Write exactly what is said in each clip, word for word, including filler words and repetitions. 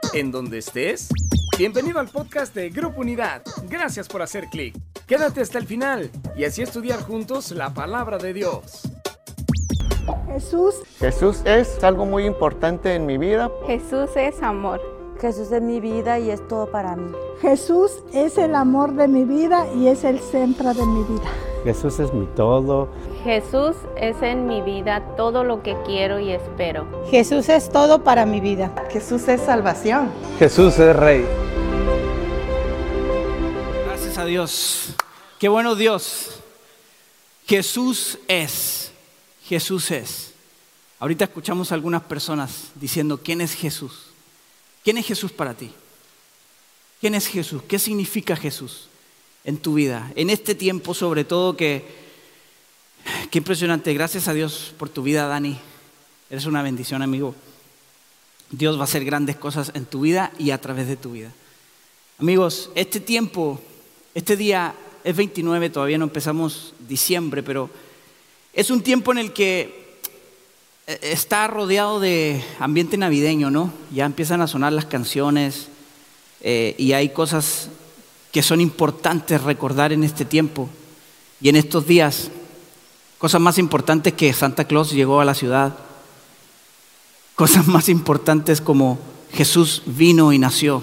en donde estés. Bienvenido al podcast de Grupo Unidad. Gracias por hacer clic. Quédate hasta el final y así estudiar juntos la palabra de Dios. Jesús. Jesús es algo muy importante en mi vida. Jesús es amor. Jesús es mi vida y es todo para mí. Jesús es el amor de mi vida y es el centro de mi vida. Jesús es mi todo. Jesús es en mi vida todo lo que quiero y espero. Jesús es todo para mi vida. Jesús es salvación. Jesús es Rey. Gracias a Dios. Qué bueno Dios. Jesús es. Jesús es. Ahorita escuchamos a algunas personas diciendo, ¿quién es Jesús? ¿Quién es Jesús para ti? ¿Quién es Jesús? ¿Qué significa Jesús en tu vida? En este tiempo sobre todo que... Qué impresionante. Gracias a Dios por tu vida, Dani. Eres una bendición, amigo. Dios va a hacer grandes cosas en tu vida y a través de tu vida. Amigos, este tiempo, este día es veintinueve, todavía no empezamos diciembre, pero es un tiempo en el que está rodeado de ambiente navideño, ¿no? Ya empiezan a sonar las canciones eh, y hay cosas que son importantes recordar en este tiempo y en estos días. Cosas más importantes que Santa Claus llegó a la ciudad. Cosas más importantes como Jesús vino y nació.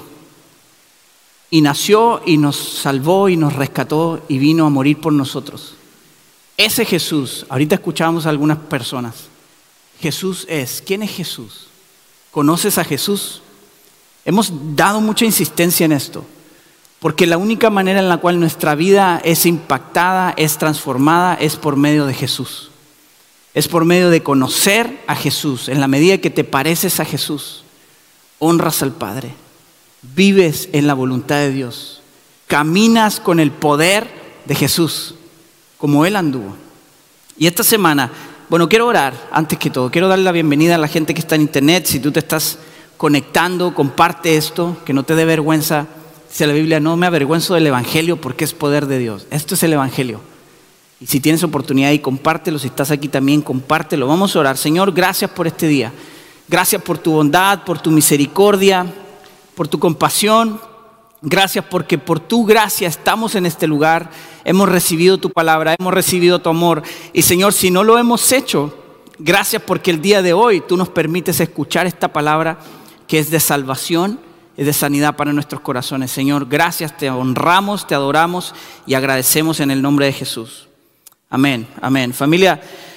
Y nació y nos salvó y nos rescató y vino a morir por nosotros. Ese Jesús, ahorita escuchábamos a algunas personas. Jesús es. ¿Quién es Jesús? ¿Conoces a Jesús? Hemos dado mucha insistencia en esto. Porque la única manera en la cual nuestra vida es impactada, es transformada, es por medio de Jesús. Es por medio de conocer a Jesús. En la medida que te pareces a Jesús, honras al Padre, vives en la voluntad de Dios, caminas con el poder de Jesús, como Él anduvo. Y esta semana, bueno, quiero orar antes que todo. Quiero darle la bienvenida a la gente que está en internet. Si tú te estás conectando, comparte esto, que no te dé vergüenza. Dice la Biblia, no me avergüenzo del Evangelio porque es poder de Dios. Esto es el Evangelio. Y si tienes oportunidad y compártelo, si estás aquí también, compártelo. Vamos a orar. Señor, gracias por este día. Gracias por tu bondad, por tu misericordia, por tu compasión. Gracias porque por tu gracia estamos en este lugar. Hemos recibido tu palabra, hemos recibido tu amor. Y Señor, si no lo hemos hecho, gracias porque el día de hoy tú nos permites escuchar esta palabra que es de salvación, es de sanidad para nuestros corazones. Señor, gracias, te honramos, te adoramos y agradecemos en el nombre de Jesús. Amén, amén. Familia,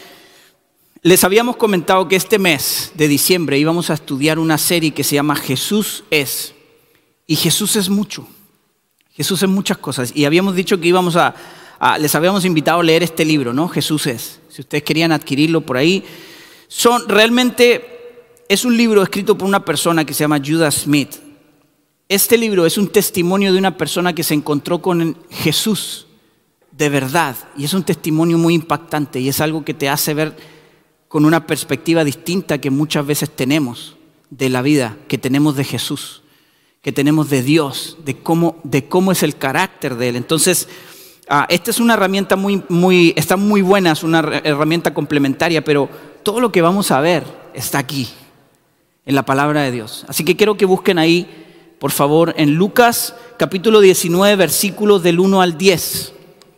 les habíamos comentado que este mes de diciembre íbamos a estudiar una serie que se llama Jesús es. Y Jesús es mucho. Jesús es muchas cosas. Y habíamos dicho que íbamos a, a les habíamos invitado a leer este libro, ¿no? Jesús es. Si ustedes querían adquirirlo por ahí. Son realmente, es un libro escrito por una persona que se llama Judah Smith. Este libro es un testimonio de una persona que se encontró con Jesús de verdad y es un testimonio muy impactante y es algo que te hace ver con una perspectiva distinta que muchas veces tenemos de la vida, que tenemos de Jesús, que tenemos de Dios, de cómo, de cómo es el carácter de Él. Entonces, uh, esta es una herramienta muy, muy, está muy buena, es una herramienta complementaria, pero todo lo que vamos a ver está aquí, en la palabra de Dios. Así que quiero que busquen ahí, por favor, en Lucas capítulo diecinueve, versículos del uno al diez.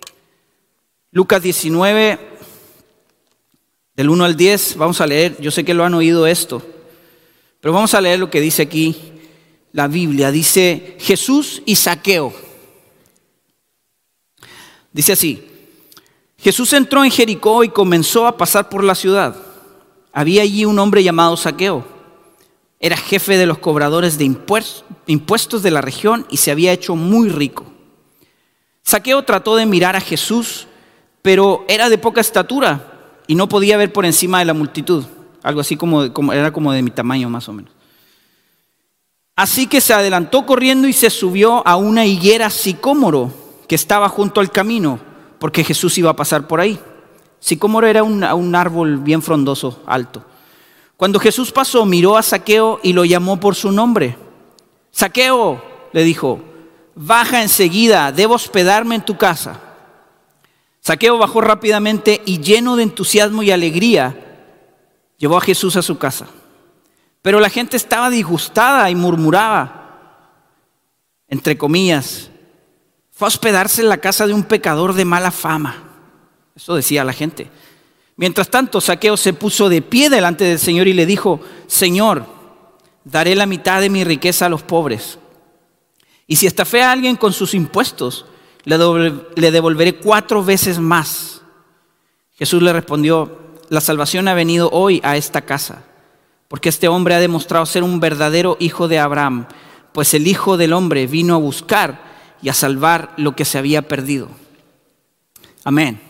Lucas diecinueve, del uno al diez, vamos a leer. Yo sé que lo han oído esto, pero vamos a leer lo que dice aquí la Biblia. Dice Jesús y Zaqueo. Dice así: Jesús entró en Jericó y comenzó a pasar por la ciudad. Había allí un hombre llamado Zaqueo. Era jefe de los cobradores de impuestos de la región y se había hecho muy rico. Zaqueo trató de mirar a Jesús, pero era de poca estatura y no podía ver por encima de la multitud. Algo así como, como era como de mi tamaño más o menos. Así que se adelantó corriendo y se subió a una higuera sicómoro que estaba junto al camino, porque Jesús iba a pasar por ahí. Sicómoro era un, un árbol bien frondoso, alto. Cuando Jesús pasó, miró a Zaqueo y lo llamó por su nombre. Zaqueo, le dijo, baja enseguida, debo hospedarme en tu casa. Zaqueo bajó rápidamente y lleno de entusiasmo y alegría, llevó a Jesús a su casa. Pero la gente estaba disgustada y murmuraba, entre comillas, fue a hospedarse en la casa de un pecador de mala fama. Eso decía la gente. Mientras tanto, Zaqueo se puso de pie delante del Señor y le dijo, Señor, daré la mitad de mi riqueza a los pobres. Y si estafé a alguien con sus impuestos, le devolveré cuatro veces más. Jesús le respondió, la salvación ha venido hoy a esta casa, porque este hombre ha demostrado ser un verdadero hijo de Abraham, pues el Hijo del Hombre vino a buscar y a salvar lo que se había perdido. Amén.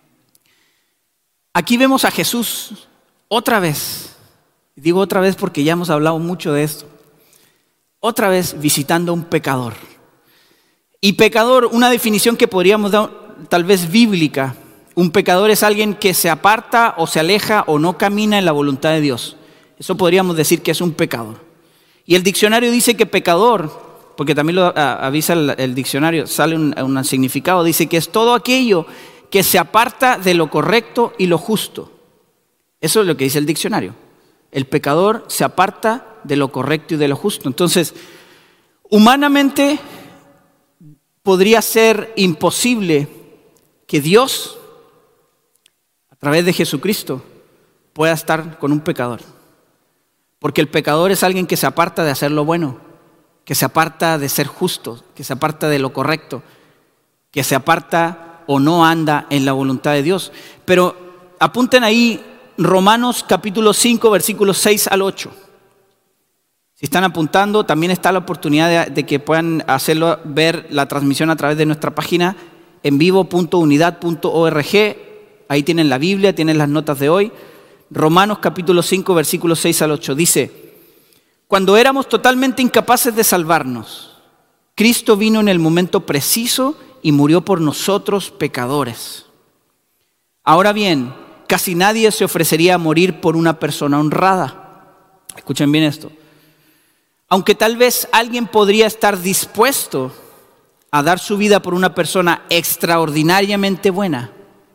Aquí vemos a Jesús otra vez. Digo otra vez porque ya hemos hablado mucho de esto. Otra vez visitando a un pecador. Y pecador, una definición que podríamos dar tal vez bíblica. Un pecador es alguien que se aparta o se aleja o no camina en la voluntad de Dios. Eso podríamos decir que es un pecador. Y el diccionario dice que pecador, porque también lo avisa el, el diccionario, sale un, un significado, dice que es todo aquello que se aparta de lo correcto y lo justo. Eso es lo que dice el diccionario. El pecador se aparta de lo correcto y de lo justo. Entonces, humanamente podría ser imposible que Dios, a través de Jesucristo, pueda estar con un pecador. Porque el pecador es alguien que se aparta de hacer lo bueno, que se aparta de ser justo, que se aparta de lo correcto, que se aparta o no anda en la voluntad de Dios. Pero apunten ahí Romanos capítulo cinco, versículos seis al ocho. Si están apuntando, también está la oportunidad de, de que puedan hacerlo, ver la transmisión a través de nuestra página en vivo punto unidad punto org. Ahí tienen la Biblia, tienen las notas de hoy. Romanos capítulo cinco, versículos seis al ocho. Dice, cuando éramos totalmente incapaces de salvarnos, Cristo vino en el momento preciso y murió por nosotros pecadores. Ahora bien, casi nadie se ofrecería a morir por una persona honrada. Escuchen bien esto. Aunque tal vez alguien podría estar dispuesto a dar su vida por una persona extraordinariamente buena,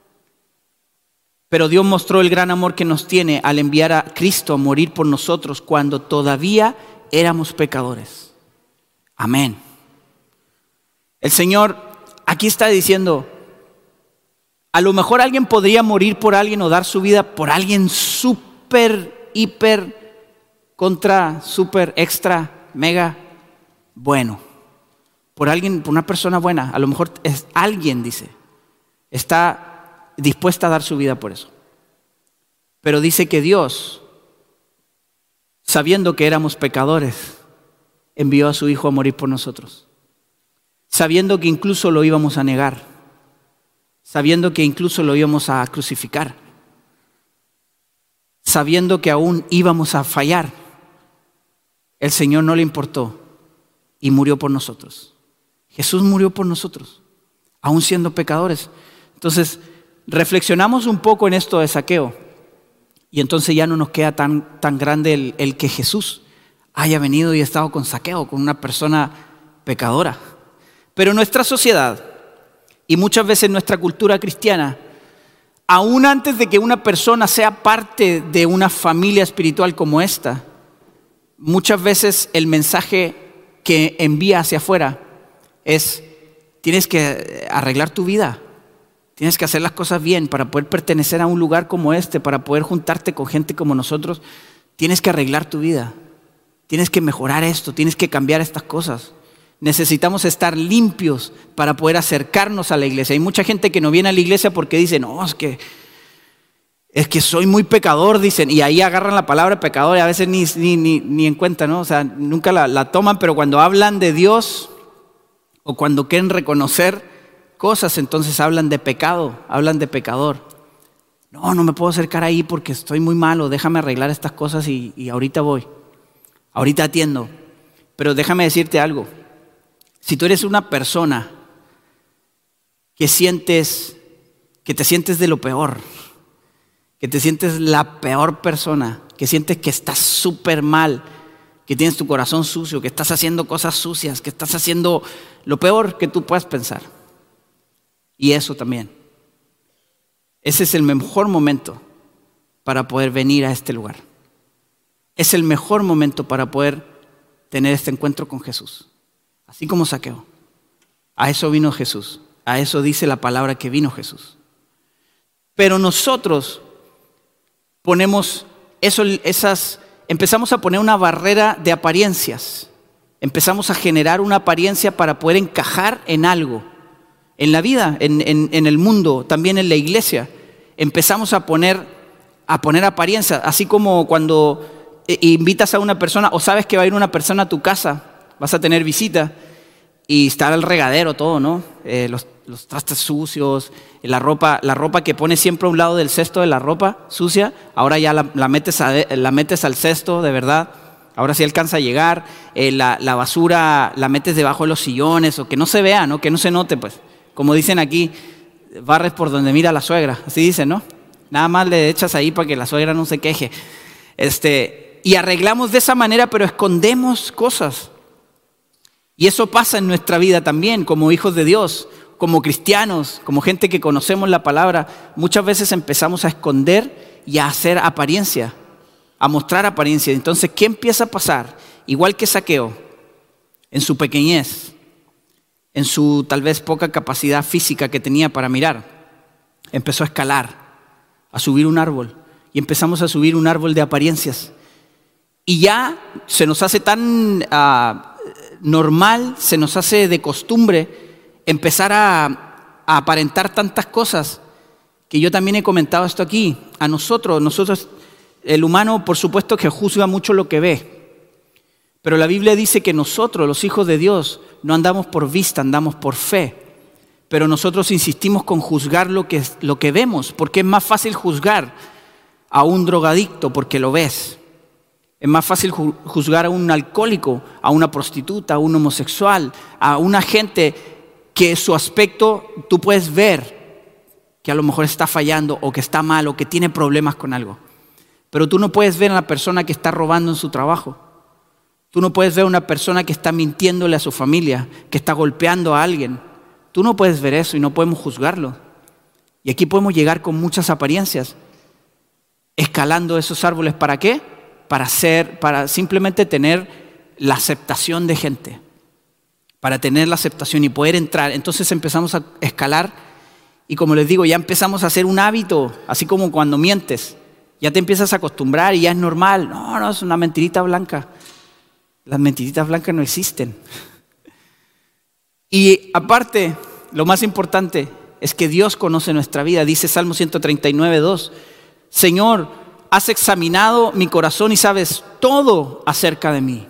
pero Dios mostró el gran amor que nos tiene al enviar a Cristo a morir por nosotros cuando todavía éramos pecadores. Amén. El Señor aquí está diciendo, a lo mejor alguien podría morir por alguien o dar su vida por alguien súper, hiper, contra, súper, extra, mega, bueno. Por alguien, por una persona buena. A lo mejor es alguien, dice, está dispuesta a dar su vida por eso. Pero dice que Dios, sabiendo que éramos pecadores, envió a su Hijo a morir por nosotros. Sabiendo que incluso lo íbamos a negar. Sabiendo que incluso lo íbamos a crucificar. Sabiendo que aún íbamos a fallar. El Señor no le importó y murió por nosotros. Jesús murió por nosotros, aún siendo pecadores. Entonces, reflexionamos un poco en esto de Zaqueo y entonces ya no nos queda tan, tan grande el, el que Jesús haya venido y estado con Zaqueo, con una persona pecadora. Pero nuestra sociedad y muchas veces nuestra cultura cristiana, aún antes de que una persona sea parte de una familia espiritual como esta, muchas veces el mensaje que envía hacia afuera es, tienes que arreglar tu vida. Tienes que hacer las cosas bien para poder pertenecer a un lugar como este, para poder juntarte con gente como nosotros. Tienes que arreglar tu vida. Tienes que mejorar esto, tienes que cambiar estas cosas. Necesitamos estar limpios para poder acercarnos a la iglesia. Hay mucha gente que no viene a la iglesia porque dice, no, es que, es que soy muy pecador, dicen. Y ahí agarran la palabra pecador y a veces ni, ni, ni, ni en cuenta, ¿no? O sea, nunca la, la toman, pero cuando hablan de Dios o cuando quieren reconocer cosas, entonces hablan de pecado, hablan de pecador. No, no me puedo acercar ahí porque estoy muy malo, déjame arreglar estas cosas y, y ahorita voy, ahorita atiendo. Pero déjame decirte algo, si tú eres una persona que sientes, que te sientes de lo peor, que te sientes la peor persona, que sientes que estás súper mal, que tienes tu corazón sucio, que estás haciendo cosas sucias, que estás haciendo lo peor que tú puedas pensar. Y eso también. Ese es el mejor momento para poder venir a este lugar. es el mejor momento para poder tener este encuentro con Jesús. Así como Zaqueo. A eso vino Jesús. A eso dice la palabra que vino Jesús. Pero nosotros ponemos eso, esas, empezamos a poner una barrera de apariencias. Empezamos a generar una apariencia para poder encajar en algo. En la vida, en, en, en el mundo, también en la iglesia. Empezamos a poner, a poner apariencias. Así como cuando eh, invitas a una persona o sabes que va a ir una persona a tu casa, vas a tener visita y está el regadero todo, ¿no? Eh, los, los trastes sucios, la ropa, la ropa que pones siempre a un lado del cesto de la ropa sucia, ahora ya la, la, metes, a, la metes al cesto, de verdad. Ahora sí alcanza a llegar. Eh, la, la basura la metes debajo de los sillones o que no se vea, ¿no? Que no se note, pues. Como dicen aquí, barres por donde mira la suegra. Así dicen, ¿no? Nada más le echas ahí para que la suegra no se queje. Este, y arreglamos de esa manera, pero escondemos cosas. Y eso pasa en nuestra vida también, como hijos de Dios, como cristianos, como gente que conocemos la palabra. Muchas veces empezamos a esconder y a hacer apariencia, a mostrar apariencia. Entonces, ¿qué empieza a pasar? Igual que Zaqueo, en su pequeñez, en su tal vez poca capacidad física que tenía para mirar, empezó a escalar, a subir un árbol. Y empezamos a subir un árbol de apariencias. Y ya se nos hace tan uh, normal, se nos hace de costumbre empezar a, a aparentar tantas cosas, que yo también he comentado esto aquí. A nosotros, nosotros, el humano por supuesto que juzga mucho lo que ve, pero la Biblia dice que nosotros, los hijos de Dios, no andamos por vista, andamos por fe. Pero nosotros insistimos con juzgar lo que, lo que vemos, porque es más fácil juzgar a un drogadicto porque lo ves. Es más fácil juzgar a un alcohólico, a una prostituta, a un homosexual, a una gente que su aspecto tú puedes ver que a lo mejor está fallando o que está mal o que tiene problemas con algo. Pero tú no puedes ver a la persona que está robando en su trabajo. Tú no puedes ver a una persona que está mintiéndole a su familia, que está golpeando a alguien. Tú no puedes ver eso y no podemos juzgarlo. Y aquí podemos llegar con muchas apariencias, escalando esos árboles. ¿Para qué? Para ser, para simplemente tener la aceptación de gente, para tener la aceptación y poder entrar. Entonces empezamos a escalar y, como les digo, ya empezamos a hacer un hábito, así como cuando mientes. Ya te empiezas a acostumbrar y ya es normal. No, no, es una mentirita blanca. Las mentiritas blancas no existen. Y aparte, lo más importante es que Dios conoce nuestra vida. Dice Salmo ciento treinta y nueve, dos. Señor, has examinado mi corazón y sabes todo acerca de mí.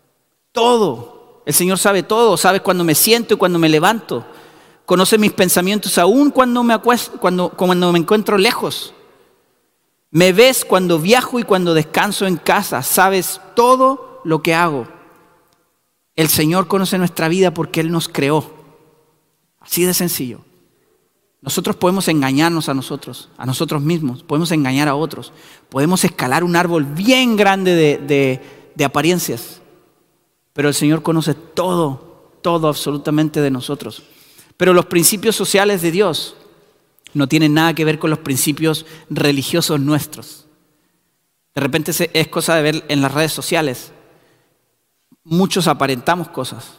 Todo. El Señor sabe todo. Sabe cuando me siento y cuando me levanto. Conoce mis pensamientos aún cuando me acuesto, cuando, cuando me encuentro lejos. Me ves cuando viajo y cuando descanso en casa. Sabes todo lo que hago. El Señor conoce nuestra vida porque Él nos creó. Así de sencillo. Nosotros podemos engañarnos a nosotros, a nosotros mismos. Podemos engañar a otros. Podemos escalar un árbol bien grande de, de, de apariencias. Pero el Señor conoce todo, todo absolutamente de nosotros. Pero los principios sociales de Dios no tienen nada que ver con los principios religiosos nuestros. De repente es cosa de ver en las redes sociales. Muchos aparentamos cosas.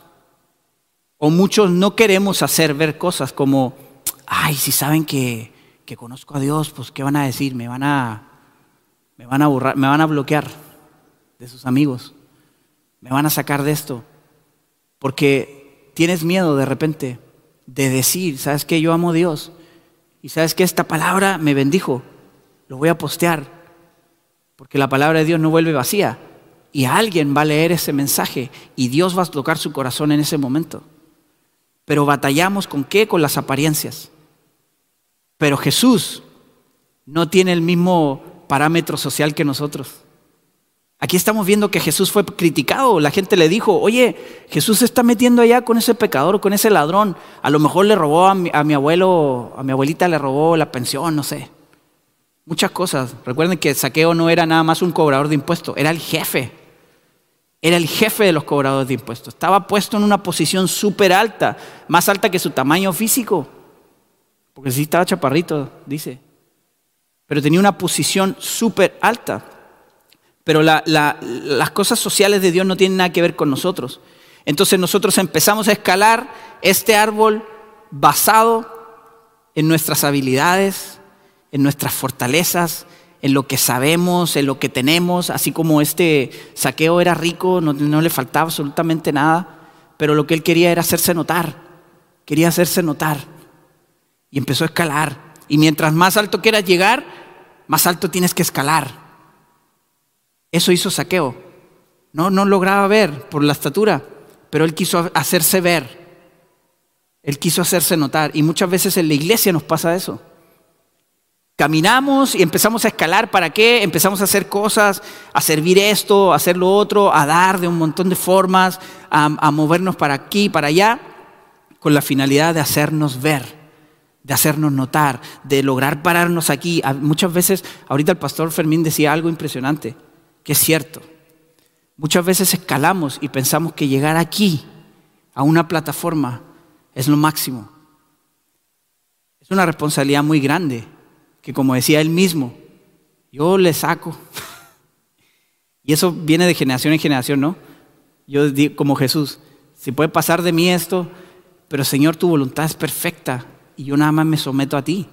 O muchos no queremos hacer ver cosas como, ay, si saben que, que conozco a Dios, pues ¿qué van a decir? Me van a, me van a borrar, me van a bloquear de sus amigos. Me van a sacar de esto. Porque tienes miedo de repente de decir, ¿sabes qué? Yo amo a Dios. Y ¿sabes qué? Esta palabra me bendijo. Lo voy a postear. Porque la palabra de Dios no vuelve vacía. Y alguien va a leer ese mensaje y Dios va a tocar su corazón en ese momento. Pero batallamos ¿con qué? Con las apariencias. Pero Jesús no tiene el mismo parámetro social que nosotros. Aquí estamos viendo que Jesús fue criticado. La gente le dijo, oye, Jesús se está metiendo allá con ese pecador, con ese ladrón. A lo mejor le robó a mi, a mi abuelo, a mi abuelita le robó la pensión, no sé. Muchas cosas. Recuerden que Zaqueo no era nada más un cobrador de impuestos, era el jefe. Era el jefe de los cobradores de impuestos. Estaba puesto en una posición súper alta, más alta que su tamaño físico. Porque sí estaba chaparrito, dice. Pero tenía una posición súper alta. pero la, la, las cosas sociales de Dios no tienen nada que ver con nosotros. Entonces nosotros empezamos a escalar este árbol basado en nuestras habilidades, en nuestras fortalezas, en lo que sabemos, en lo que tenemos, así como este Zaqueo era rico, no, no le faltaba absolutamente nada, pero lo que él quería era hacerse notar, quería hacerse notar y empezó a escalar. Y mientras más alto quieras llegar, más alto tienes que escalar. Eso hizo Zaqueo. No, no lograba ver por la estatura, pero él quiso hacerse ver, él quiso hacerse notar. Y muchas veces en la iglesia nos pasa eso. Caminamos y empezamos a escalar. ¿Para qué? Empezamos a hacer cosas, a servir esto, a hacer lo otro, a dar de un montón de formas, a, a movernos para aquí, para allá, con la finalidad de hacernos ver, de hacernos notar, de lograr pararnos aquí. Muchas veces, ahorita el pastor Fermín decía algo impresionante, que es cierto. Muchas veces escalamos y pensamos que llegar aquí, a una plataforma, es lo máximo. Es una responsabilidad muy grande, que como decía él mismo, yo le saco. Y eso viene de generación en generación, ¿no? Yo digo como Jesús, si puede pasar de mí esto, pero Señor, tu voluntad es perfecta y yo nada más me someto a ti.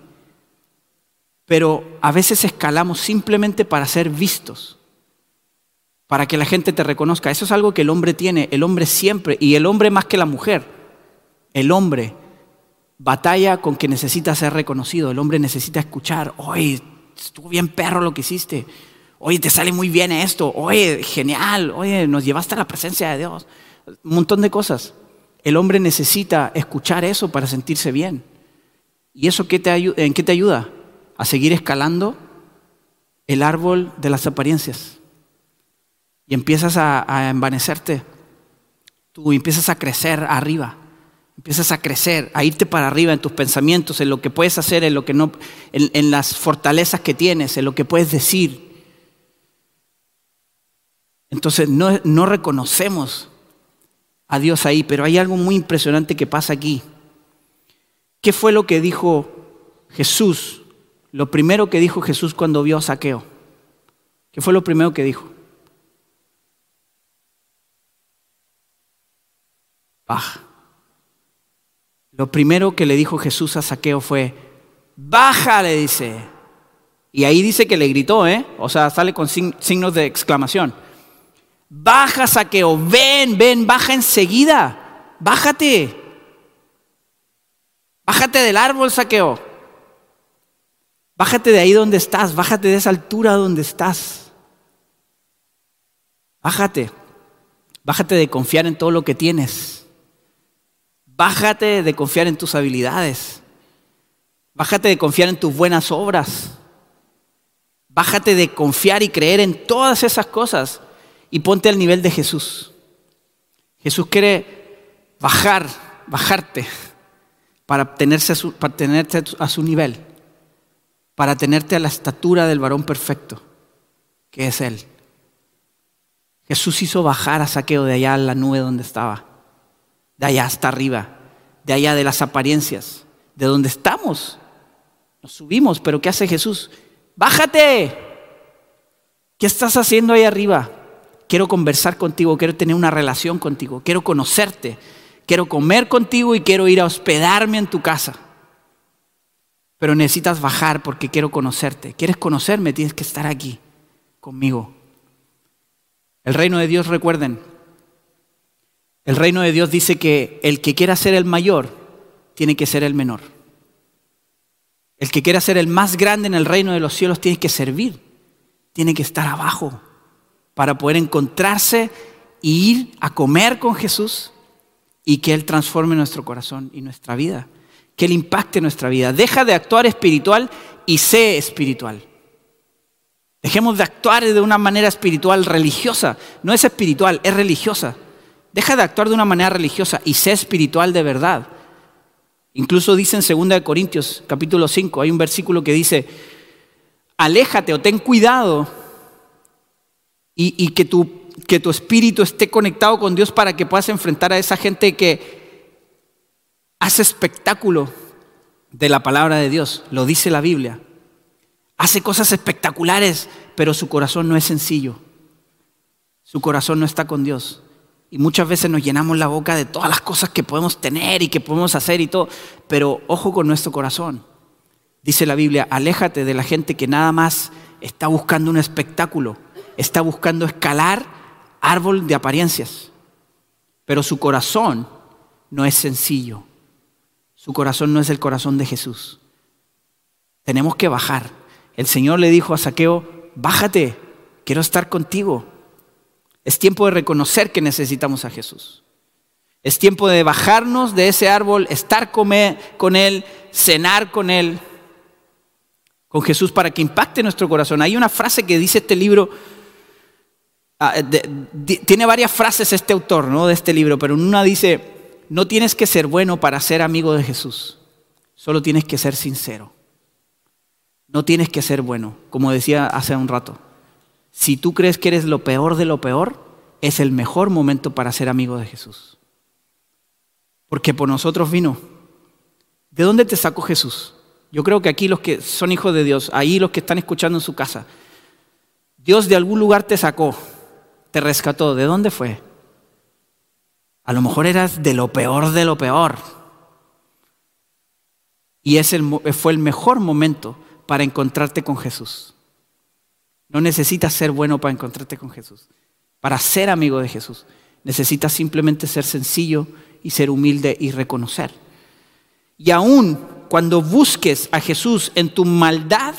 Pero a veces escalamos simplemente para ser vistos, para que la gente te reconozca. Eso es algo que el hombre tiene, el hombre siempre, y el hombre más que la mujer. El hombre batalla con que necesita ser reconocido. El hombre necesita escuchar, oye, estuvo bien perro lo que hiciste. Oye, te sale muy bien esto. Oye, genial. Oye, nos llevaste a la presencia de Dios. Un montón de cosas. El hombre necesita escuchar eso para sentirse bien. ¿Y eso qué te ayu- en qué te ayuda? A seguir escalando el árbol de las apariencias. Y empiezas a, a envanecerte. Tú empiezas a crecer arriba. Empiezas a crecer, a irte para arriba en tus pensamientos, en lo que puedes hacer, en lo que no, en, en las fortalezas que tienes, en lo que puedes decir. Entonces no, no reconocemos a Dios ahí, pero hay algo muy impresionante que pasa aquí. ¿Qué fue lo que dijo Jesús? Lo primero que dijo Jesús cuando vio a Zaqueo. ¿Qué fue lo primero que dijo? Baja. Lo primero que le dijo Jesús a Zaqueo fue, baja, le dice. Y ahí dice que le gritó, ¿eh? O sea, sale con signos de exclamación. Baja, Zaqueo, ven, ven, baja enseguida. Bájate. Bájate del árbol, Zaqueo. Bájate de ahí donde estás, bájate de esa altura donde estás. Bájate. Bájate de confiar en todo lo que tienes. Bájate de confiar en tus habilidades. Bájate de confiar en tus buenas obras. Bájate de confiar y creer en todas esas cosas y ponte al nivel de Jesús. Jesús quiere bajar, bajarte para tenerse a su, para tenerte a su nivel, para tenerte a la estatura del varón perfecto, que es Él. Jesús hizo bajar a Zaqueo de allá a la nube donde estaba. De allá hasta arriba, de allá de las apariencias, de donde estamos. Nos subimos, pero ¿qué hace Jesús? ¡Bájate! ¿Qué estás haciendo ahí arriba? Quiero conversar contigo, quiero tener una relación contigo, quiero conocerte, quiero comer contigo y quiero ir a hospedarme en tu casa. Pero necesitas bajar porque quiero conocerte. ¿Quieres conocerme? Tienes que estar aquí conmigo. El reino de Dios, recuerden, el reino de Dios dice que el que quiera ser el mayor tiene que ser el menor. El que quiera ser el más grande en el reino de los cielos tiene que servir, tiene que estar abajo para poder encontrarse e ir a comer con Jesús y que Él transforme nuestro corazón y nuestra vida, que Él impacte nuestra vida. Deja de actuar espiritual y sé espiritual. Dejemos de actuar de una manera espiritual religiosa. No es espiritual, es religiosa. Deja de actuar de una manera religiosa y sé espiritual de verdad. Incluso dice en segunda de Corintios, capítulo cinco, hay un versículo que dice, aléjate o ten cuidado y, y que, tu, que tu espíritu esté conectado con Dios para que puedas enfrentar a esa gente que hace espectáculo de la palabra de Dios. Lo dice la Biblia. Hace cosas espectaculares, pero su corazón no es sencillo. su corazón no está con Dios. Y muchas veces nos llenamos la boca de todas las cosas que podemos tener y que podemos hacer y todo, pero ojo con nuestro corazón. Dice la Biblia, aléjate de la gente que nada más está buscando un espectáculo, está buscando escalar árbol de apariencias, pero su corazón no es sencillo. Su corazón no es el corazón de Jesús. Tenemos que bajar. El Señor le dijo a Zaqueo, bájate, quiero estar contigo. Es tiempo de reconocer que necesitamos a Jesús. Es tiempo de bajarnos de ese árbol, estar con Él, cenar con Él, con Jesús, para que impacte nuestro corazón. Hay una frase que dice este libro, uh, de, de, tiene varias frases este autor, ¿no?, de este libro, pero en una dice, no tienes que ser bueno para ser amigo de Jesús, solo tienes que ser sincero. No tienes que ser bueno, como decía hace un rato. Si tú crees que eres lo peor de lo peor, es el mejor momento para ser amigo de Jesús. Porque por nosotros vino. ¿De dónde te sacó Jesús? Yo creo que aquí los que son hijos de Dios, ahí los que están escuchando en su casa, Dios de algún lugar te sacó, te rescató. ¿De dónde fue? A lo mejor eras de lo peor de lo peor. Y ese fue el mejor momento para encontrarte con Jesús. No necesitas ser bueno para encontrarte con Jesús. Para ser amigo de Jesús, necesitas simplemente ser sencillo y ser humilde y reconocer. Y aún cuando busques a Jesús en tu maldad,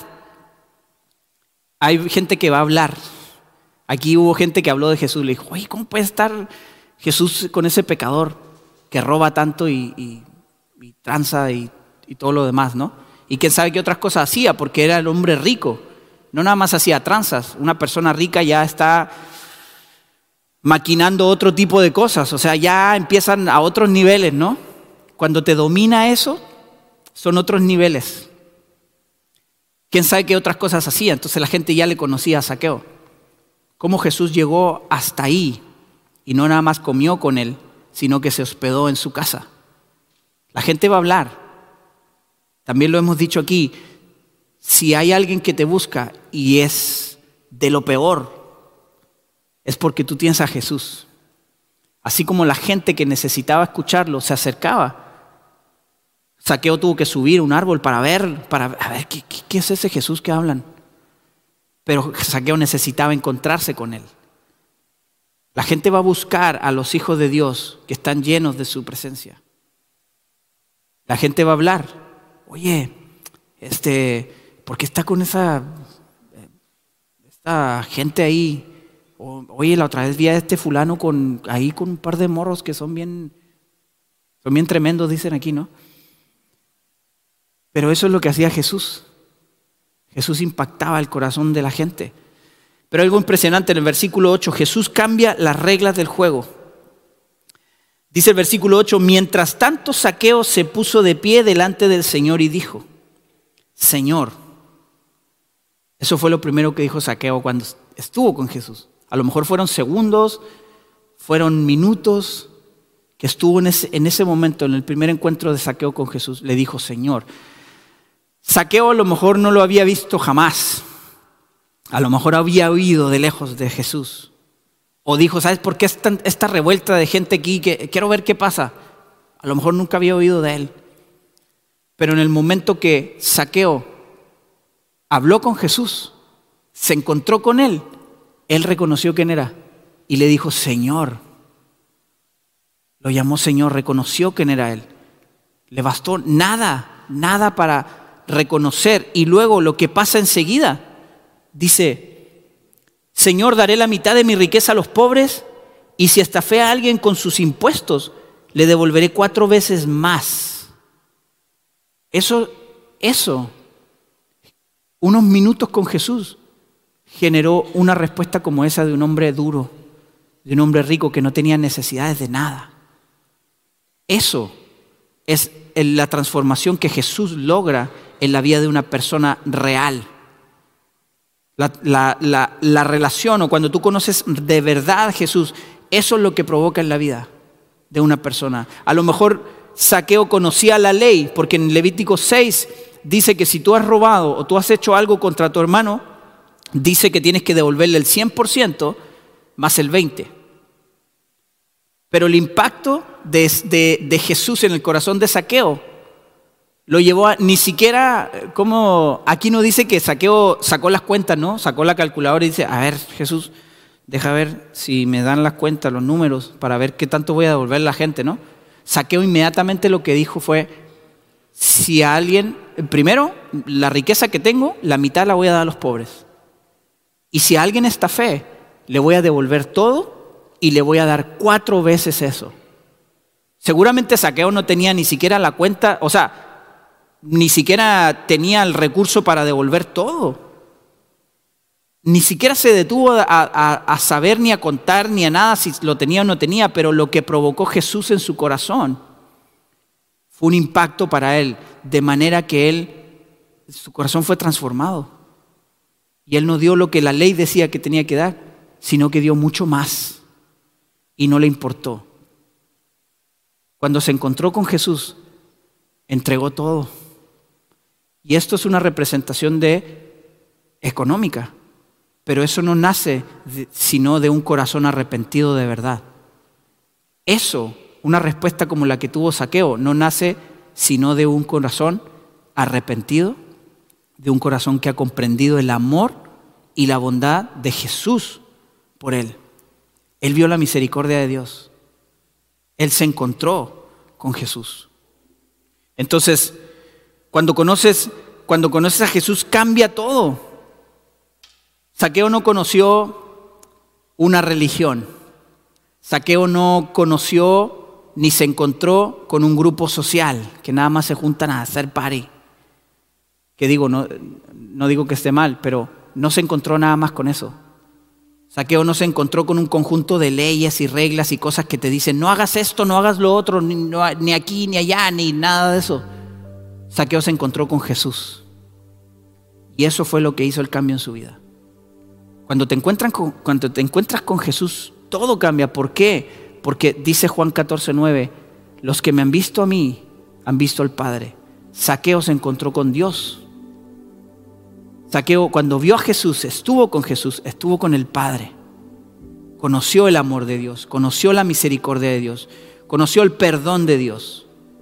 hay gente que va a hablar. Aquí hubo gente que habló de Jesús. Le dijo, oye, ¿cómo puede estar Jesús con ese pecador que roba tanto y, y, y tranza y, y todo lo demás, ¿no? Y quién sabe qué otras cosas hacía, porque era el hombre rico. No nada más hacía tranzas. Una persona rica ya está maquinando otro tipo de cosas. O sea, ya empiezan a otros niveles, ¿no? Cuando te domina eso, son otros niveles. Quién sabe qué otras cosas hacía. Entonces la gente ya le conocía a Zaqueo. Cómo Jesús llegó hasta ahí y no nada más comió con él, sino que se hospedó en su casa. La gente va a hablar. También lo hemos dicho aquí. Si hay alguien que te busca y es de lo peor, es porque tú tienes a Jesús. Así como la gente que necesitaba escucharlo se acercaba. Zaqueo tuvo que subir un árbol para ver, para a ver ¿qué, qué, qué es ese Jesús que hablan? Pero Zaqueo necesitaba encontrarse con él. La gente va a buscar a los hijos de Dios que están llenos de su presencia. La gente va a hablar. Oye, este, ¿por qué está con esa esta gente ahí? O, oye, la otra vez vi a este fulano con, ahí con un par de morros que son bien, son bien tremendos, dicen aquí, ¿no? Pero eso es lo que hacía Jesús. Jesús impactaba el corazón de la gente. Pero algo impresionante en el versículo ocho, Jesús cambia las reglas del juego. Dice el versículo ocho, mientras tanto Zaqueo se puso de pie delante del Señor y dijo, Señor, eso fue lo primero que dijo Zaqueo cuando estuvo con Jesús. A lo mejor fueron segundos, fueron minutos que estuvo en ese, en ese momento, en el primer encuentro de Zaqueo con Jesús. Le dijo, Señor. Zaqueo a lo mejor no lo había visto jamás. A lo mejor había oído de lejos de Jesús. O dijo, ¿sabes por qué esta, esta revuelta de gente aquí? Que quiero ver qué pasa. A lo mejor nunca había oído de él. Pero en el momento que Zaqueo habló con Jesús, se encontró con él, él reconoció quién era y le dijo, Señor. Lo llamó Señor, reconoció quién era él. Le bastó nada, nada para reconocer. Y luego lo que pasa enseguida, dice, Señor, daré la mitad de mi riqueza a los pobres y si estafé a alguien con sus impuestos, le devolveré cuatro veces más. Eso, eso, unos minutos con Jesús generó una respuesta como esa de un hombre duro, de un hombre rico que no tenía necesidades de nada. Eso es la transformación que Jesús logra en la vida de una persona real. La, la, la, la relación o cuando tú conoces de verdad a Jesús, eso es lo que provoca en la vida de una persona. A lo mejor Zaqueo conocía la ley, porque en Levítico seis dice que si tú has robado o tú has hecho algo contra tu hermano, dice que tienes que devolverle el cien por ciento más el veinte. Pero el impacto de, de, de Jesús en el corazón de Zaqueo lo llevó a, ni siquiera, como aquí no dice que Zaqueo sacó las cuentas, ¿no? Sacó la calculadora y dice, a ver, Jesús, deja ver si me dan las cuentas, los números, para ver qué tanto voy a devolver a la gente, ¿no? Zaqueo inmediatamente lo que dijo fue, si a alguien, primero, la riqueza que tengo, la mitad la voy a dar a los pobres. Y si a alguien está fe, le voy a devolver todo y le voy a dar cuatro veces eso. Seguramente Zaqueo no tenía ni siquiera la cuenta, o sea, ni siquiera tenía el recurso para devolver todo. Ni siquiera se detuvo a, a, a saber ni a contar ni a nada si lo tenía o no tenía, pero lo que provocó Jesús en su corazón fue un impacto para él, de manera que él, su corazón fue transformado. Y él no dio lo que la ley decía que tenía que dar, sino que dio mucho más y no le importó. Cuando se encontró con Jesús, entregó todo. Y esto es una representación de económica, pero eso no nace de, sino de un corazón arrepentido de verdad. Eso, una respuesta como la que tuvo Zaqueo, no nace sino de un corazón arrepentido, de un corazón que ha comprendido el amor y la bondad de Jesús por él. Él vio la misericordia de Dios. Él se encontró con Jesús. Entonces, cuando conoces, cuando conoces a Jesús, cambia todo. Zaqueo no conoció una religión. Zaqueo no conoció ni se encontró con un grupo social que nada más se juntan a hacer party. Que digo, no, no digo que esté mal, pero no se encontró nada más con eso. Zaqueo no se encontró con un conjunto de leyes y reglas y cosas que te dicen no hagas esto, no hagas lo otro, ni, no, ni aquí, ni allá, ni nada de eso. Zaqueo se encontró con Jesús. Y eso fue lo que hizo el cambio en su vida. Cuando te encuentran con, cuando te encuentras con Jesús, todo cambia. ¿Por qué? Porque dice Juan catorce nueve, los que me han visto a mí, han visto al Padre. Zaqueo se encontró con Dios. Zaqueo, cuando vio a Jesús, estuvo con Jesús, estuvo con el Padre. Conoció el amor de Dios, conoció la misericordia de Dios, conoció el perdón de Dios.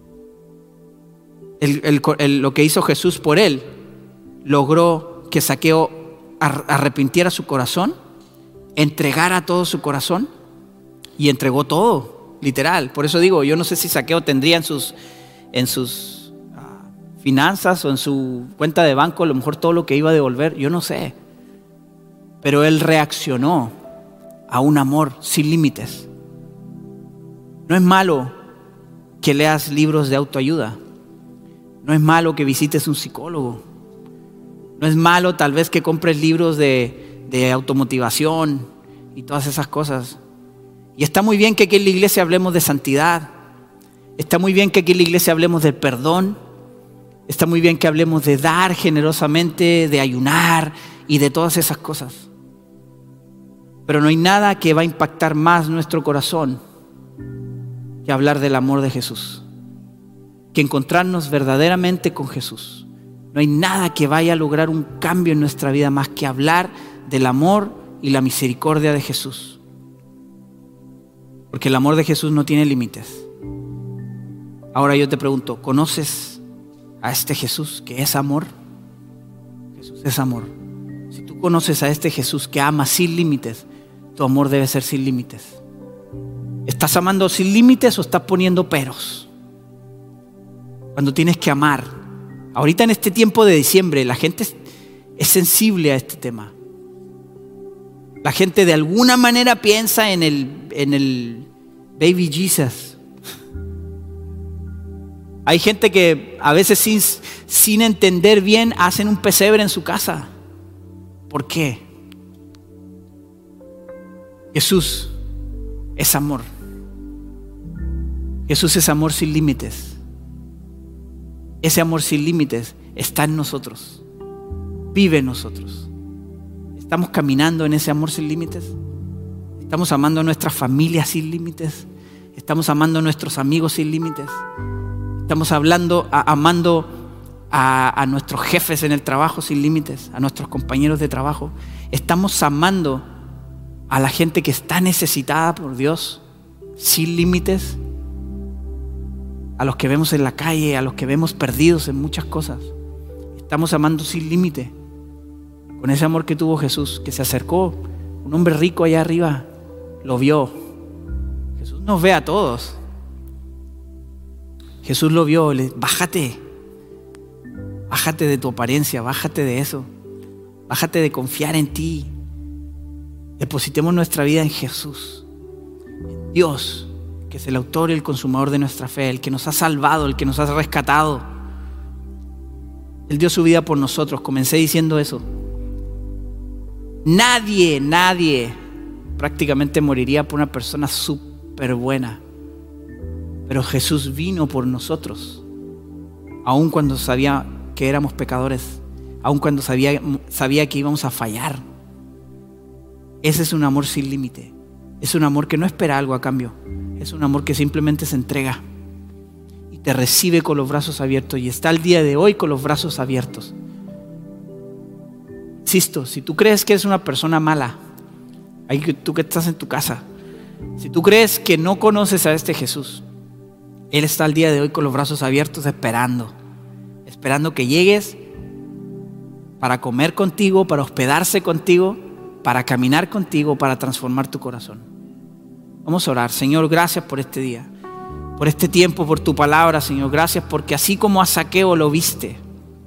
El, el, el, lo que hizo Jesús por él logró que Zaqueo arrepintiera su corazón, entregara todo su corazón y entregó todo, literal. Por eso digo, yo no sé si Zaqueo tendría en sus, en sus finanzas o en su cuenta de banco a lo mejor todo lo que iba a devolver, yo no sé. Pero él reaccionó a un amor sin límites. No es malo que leas libros de autoayuda. No es malo que visites un psicólogo. No es malo tal vez que compres libros de, de automotivación y todas esas cosas. Y está muy bien que aquí en la iglesia hablemos de santidad. Está muy bien que aquí en la iglesia hablemos del perdón. Está muy bien que hablemos de dar generosamente, de ayunar y de todas esas cosas. Pero no hay nada que va a impactar más nuestro corazón que hablar del amor de Jesús, que encontrarnos verdaderamente con Jesús. No hay nada que vaya a lograr un cambio en nuestra vida más que hablar del amor y la misericordia de Jesús. Porque el amor de Jesús no tiene límites. Ahora yo te pregunto, ¿conoces a este Jesús que es amor? Jesús es amor. Si tú conoces a este Jesús que ama sin límites, tu amor debe ser sin límites. ¿Estás amando sin límites o estás poniendo peros? Cuando tienes que amar. Ahorita en este tiempo de diciembre la gente es, es sensible a este tema. La gente de alguna manera piensa en el, en el baby Jesus. Hay gente que a veces sin, sin entender bien hacen un pesebre en su casa. ¿Por qué? Jesús es amor. Jesús es amor sin límites. Ese amor sin límites está en nosotros. Vive en nosotros. ¿Estamos caminando en ese amor sin límites? ¿Estamos amando a nuestra familia sin límites? ¿Estamos amando a nuestros amigos sin límites? Estamos hablando, a, amando a, a nuestros jefes en el trabajo sin límites, a nuestros compañeros de trabajo. Estamos amando a la gente que está necesitada por Dios, sin límites, a los que vemos en la calle, a los que vemos perdidos en muchas cosas. Estamos amando sin límite, con ese amor que tuvo Jesús, que se acercó, un hombre rico allá arriba, lo vio. Jesús nos ve a todos. Jesús lo vio, le, bájate, bájate de tu apariencia, bájate de eso, bájate de confiar en ti. Depositemos nuestra vida en Jesús, en Dios, que es el autor y el consumador de nuestra fe, el que nos ha salvado, el que nos ha rescatado. Él dio su vida por nosotros. Comencé diciendo eso. Nadie, nadie prácticamente moriría por una persona súper buena. Pero Jesús vino por nosotros, aun cuando sabía que éramos pecadores, aun cuando sabía, sabía que íbamos a fallar. Ese es un amor sin límite. Es un amor que no espera algo a cambio. Es un amor que simplemente se entrega y te recibe con los brazos abiertos, y está el día de hoy con los brazos abiertos. Insisto, si tú crees que eres una persona mala, ahí tú que estás en tu casa, si tú crees que no conoces a este Jesús, Él está el día de hoy con los brazos abiertos esperando, esperando que llegues para comer contigo, para hospedarse contigo, para caminar contigo, para transformar tu corazón. Vamos a orar. Señor, gracias por este día, por este tiempo, por tu palabra, Señor. Gracias porque así como a Zaqueo lo viste,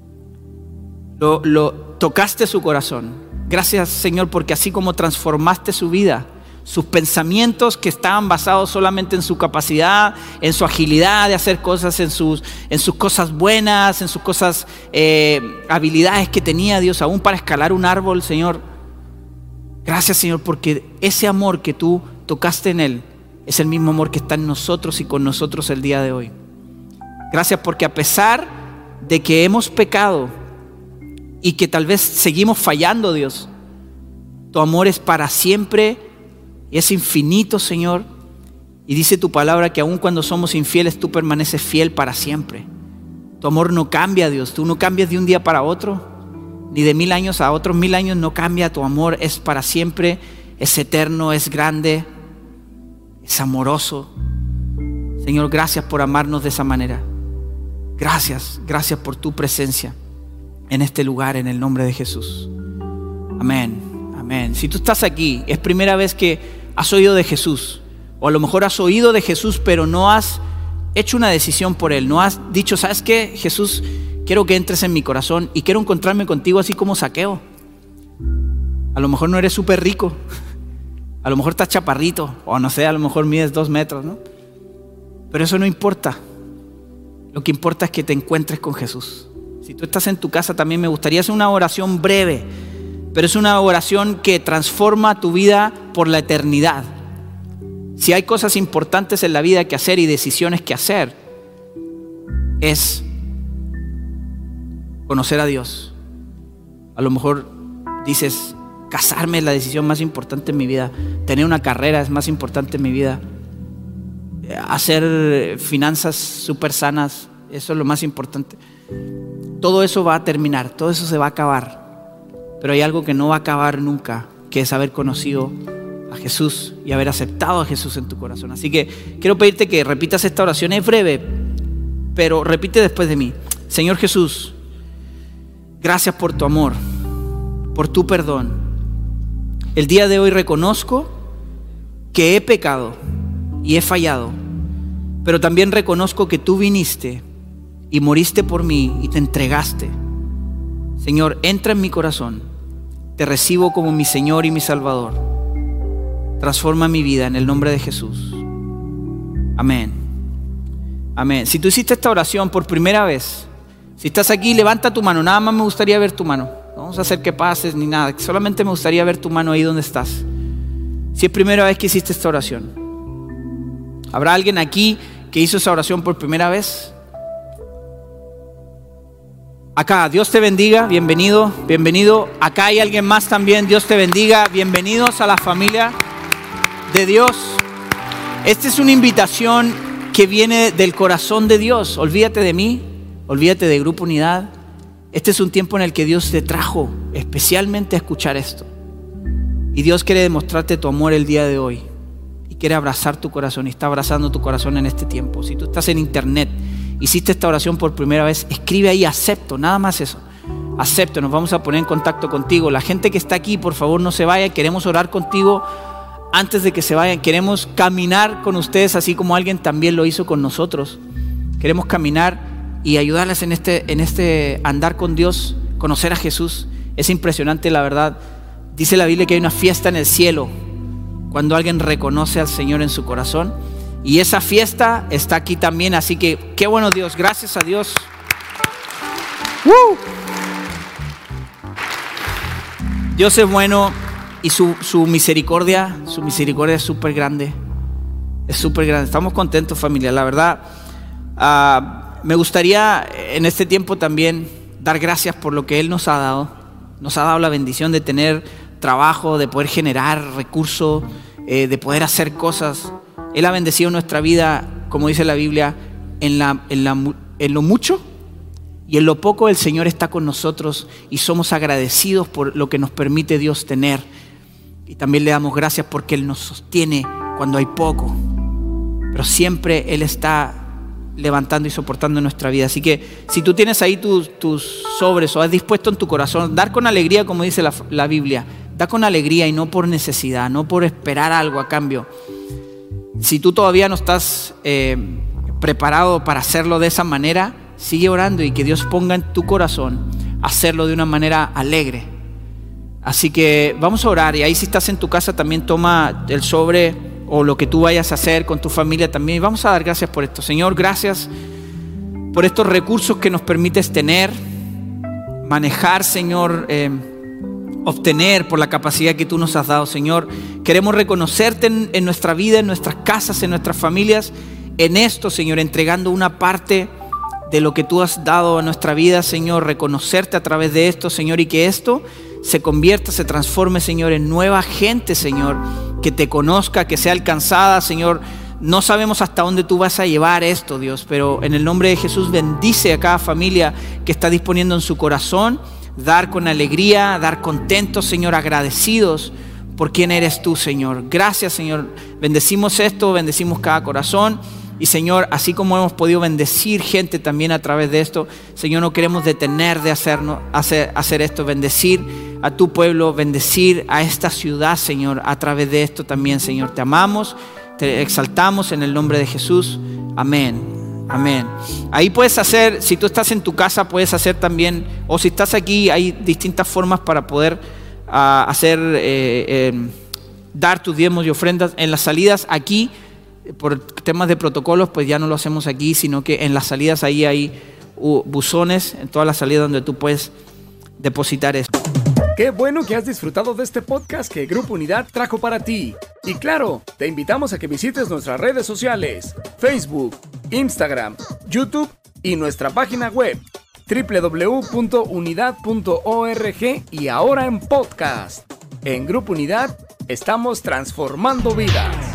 lo, lo tocaste su corazón. Gracias, Señor, porque así como transformaste su vida, sus pensamientos que estaban basados solamente en su capacidad, en su agilidad de hacer cosas, en sus, en sus cosas buenas, en sus cosas, eh, habilidades que tenía, Dios, aún para escalar un árbol, Señor. Gracias, Señor, porque ese amor que tú tocaste en Él es el mismo amor que está en nosotros y con nosotros el día de hoy. Gracias porque a pesar de que hemos pecado y que tal vez seguimos fallando, Dios, tu amor es para siempre y es infinito, Señor. Y dice tu palabra que aun cuando somos infieles, tú permaneces fiel para siempre. Tu amor no cambia, Dios. Tú no cambias de un día para otro, ni de mil años a otros mil años. No cambia. Tu amor es para siempre, es eterno, es grande, es amoroso. Señor, gracias por amarnos de esa manera. Gracias, gracias por tu presencia en este lugar, en el nombre de Jesús. Amén, amén. Si tú estás aquí, es primera vez que has oído de Jesús, o a lo mejor has oído de Jesús, pero no has hecho una decisión por Él. No has dicho, ¿sabes qué? Jesús, quiero que entres en mi corazón y quiero encontrarme contigo así como Zaqueo. A lo mejor no eres súper rico, a lo mejor estás chaparrito, o no sé, a lo mejor mides dos metros, ¿no? Pero eso no importa. Lo que importa es que te encuentres con Jesús. Si tú estás en tu casa, también me gustaría hacer una oración breve, pero es una oración que transforma tu vida por la eternidad. Si hay cosas importantes en la vida que hacer y decisiones que hacer, es conocer a Dios. A lo mejor dices, casarme es la decisión más importante en mi vida, tener una carrera es más importante en mi vida, hacer finanzas súper sanas, eso es lo más importante. Todo eso va a terminar, todo eso se va a acabar, pero hay algo que no va a acabar nunca, que es haber conocido a Jesús y haber aceptado a Jesús en tu corazón. Así que quiero pedirte que repitas esta oración. Es breve, pero repite después de mí. Señor Jesús, gracias por tu amor, por tu perdón. El día de hoy reconozco que he pecado y he fallado, pero también reconozco que tú viniste y moriste por mí y te entregaste. Señor, entra en mi corazón. Te recibo como mi Señor y mi Salvador. Transforma mi vida en el nombre de Jesús. Amén. Amén. Si tú hiciste esta oración por primera vez, si estás aquí, levanta tu mano. Nada más me gustaría ver tu mano. No vamos a hacer que pases ni nada. Solamente me gustaría ver tu mano ahí donde estás. Si es primera vez que hiciste esta oración. ¿Habrá alguien aquí que hizo esa oración por primera vez? Acá, Dios te bendiga, bienvenido, bienvenido. Acá hay alguien más también, Dios te bendiga. Bienvenidos a la familia de Dios. Esta es una invitación que viene del corazón de Dios. Olvídate de mí, olvídate de Grupo Unidad. Este es un tiempo en el que Dios te trajo especialmente a escuchar esto. Y Dios quiere demostrarte tu amor el día de hoy. Y quiere abrazar tu corazón y está abrazando tu corazón en este tiempo. Si tú estás en internet, hiciste esta oración por primera vez, escribe ahí acepto, nada más eso. Acepto, nos vamos a poner en contacto contigo. La gente que está aquí, por favor no se vaya, queremos orar contigo antes de que se vayan. Queremos caminar con ustedes así como alguien también lo hizo con nosotros. Queremos caminar y ayudarles en este, en este andar con Dios, conocer a Jesús. Es impresionante, la verdad. Dice la Biblia que hay una fiesta en el cielo cuando alguien reconoce al Señor en su corazón. Y esa fiesta está aquí también, así que qué bueno Dios, gracias a Dios. ¡Woo! Dios es bueno y su, su misericordia, su misericordia es súper grande. Es súper grande. Estamos contentos, familia. La verdad, uh, me gustaría en este tiempo también dar gracias por lo que Él nos ha dado. Nos ha dado la bendición de tener trabajo, de poder generar recursos, eh, de poder hacer cosas. Él ha bendecido nuestra vida, como dice la Biblia, en, la, en, la, en lo mucho y en lo poco el Señor está con nosotros y somos agradecidos por lo que nos permite Dios tener. Y también le damos gracias porque Él nos sostiene cuando hay poco. Pero siempre Él está levantando y soportando nuestra vida. Así que si tú tienes ahí tus, tus sobres o has dispuesto en tu corazón, dar con alegría, como dice la, la Biblia, da con alegría y no por necesidad, no por esperar algo a cambio. Si tú todavía no estás eh, preparado para hacerlo de esa manera, sigue orando y que Dios ponga en tu corazón hacerlo de una manera alegre. Así que vamos a orar y ahí si estás en tu casa también toma el sobre o lo que tú vayas a hacer con tu familia también. Y vamos a dar gracias por esto. Señor, gracias por estos recursos que nos permites tener, manejar, Señor, eh, obtener por la capacidad que tú nos has dado, Señor. Queremos reconocerte en, en nuestra vida, en nuestras casas, en nuestras familias, en esto, Señor, entregando una parte de lo que tú has dado a nuestra vida, Señor, reconocerte a través de esto, Señor, y que esto se convierta, se transforme, Señor, en nueva gente, Señor, que te conozca, que sea alcanzada, Señor. No sabemos hasta dónde tú vas a llevar esto, Dios, pero en el nombre de Jesús bendice a cada familia que está disponiendo en su corazón, dar con alegría, dar contentos, Señor, agradecidos por quién eres tú, Señor. Gracias, Señor. Bendecimos esto, bendecimos cada corazón. Y Señor, así como hemos podido bendecir gente también a través de esto, Señor, no queremos detener de hacernos, hacer, hacer esto, bendecir a tu pueblo, bendecir a esta ciudad, Señor, a través de esto también, Señor. Te amamos, te exaltamos en el nombre de Jesús. Amén, amén. Ahí puedes hacer, si tú estás en tu casa, puedes hacer también, o si estás aquí, hay distintas formas para poder uh, hacer, eh, eh, dar tus diezmos y ofrendas. En las salidas aquí, por temas de protocolos, pues ya no lo hacemos aquí, sino que en las salidas ahí hay uh, buzones, en todas las salidas donde tú puedes depositar eso. Qué bueno que has disfrutado de este podcast que Grupo Unidad trajo para ti. Y claro, te invitamos a que visites nuestras redes sociales, Facebook, Instagram, YouTube y nuestra página web doble u doble u doble u punto unidad punto org y ahora en podcast. En Grupo Unidad estamos transformando vidas.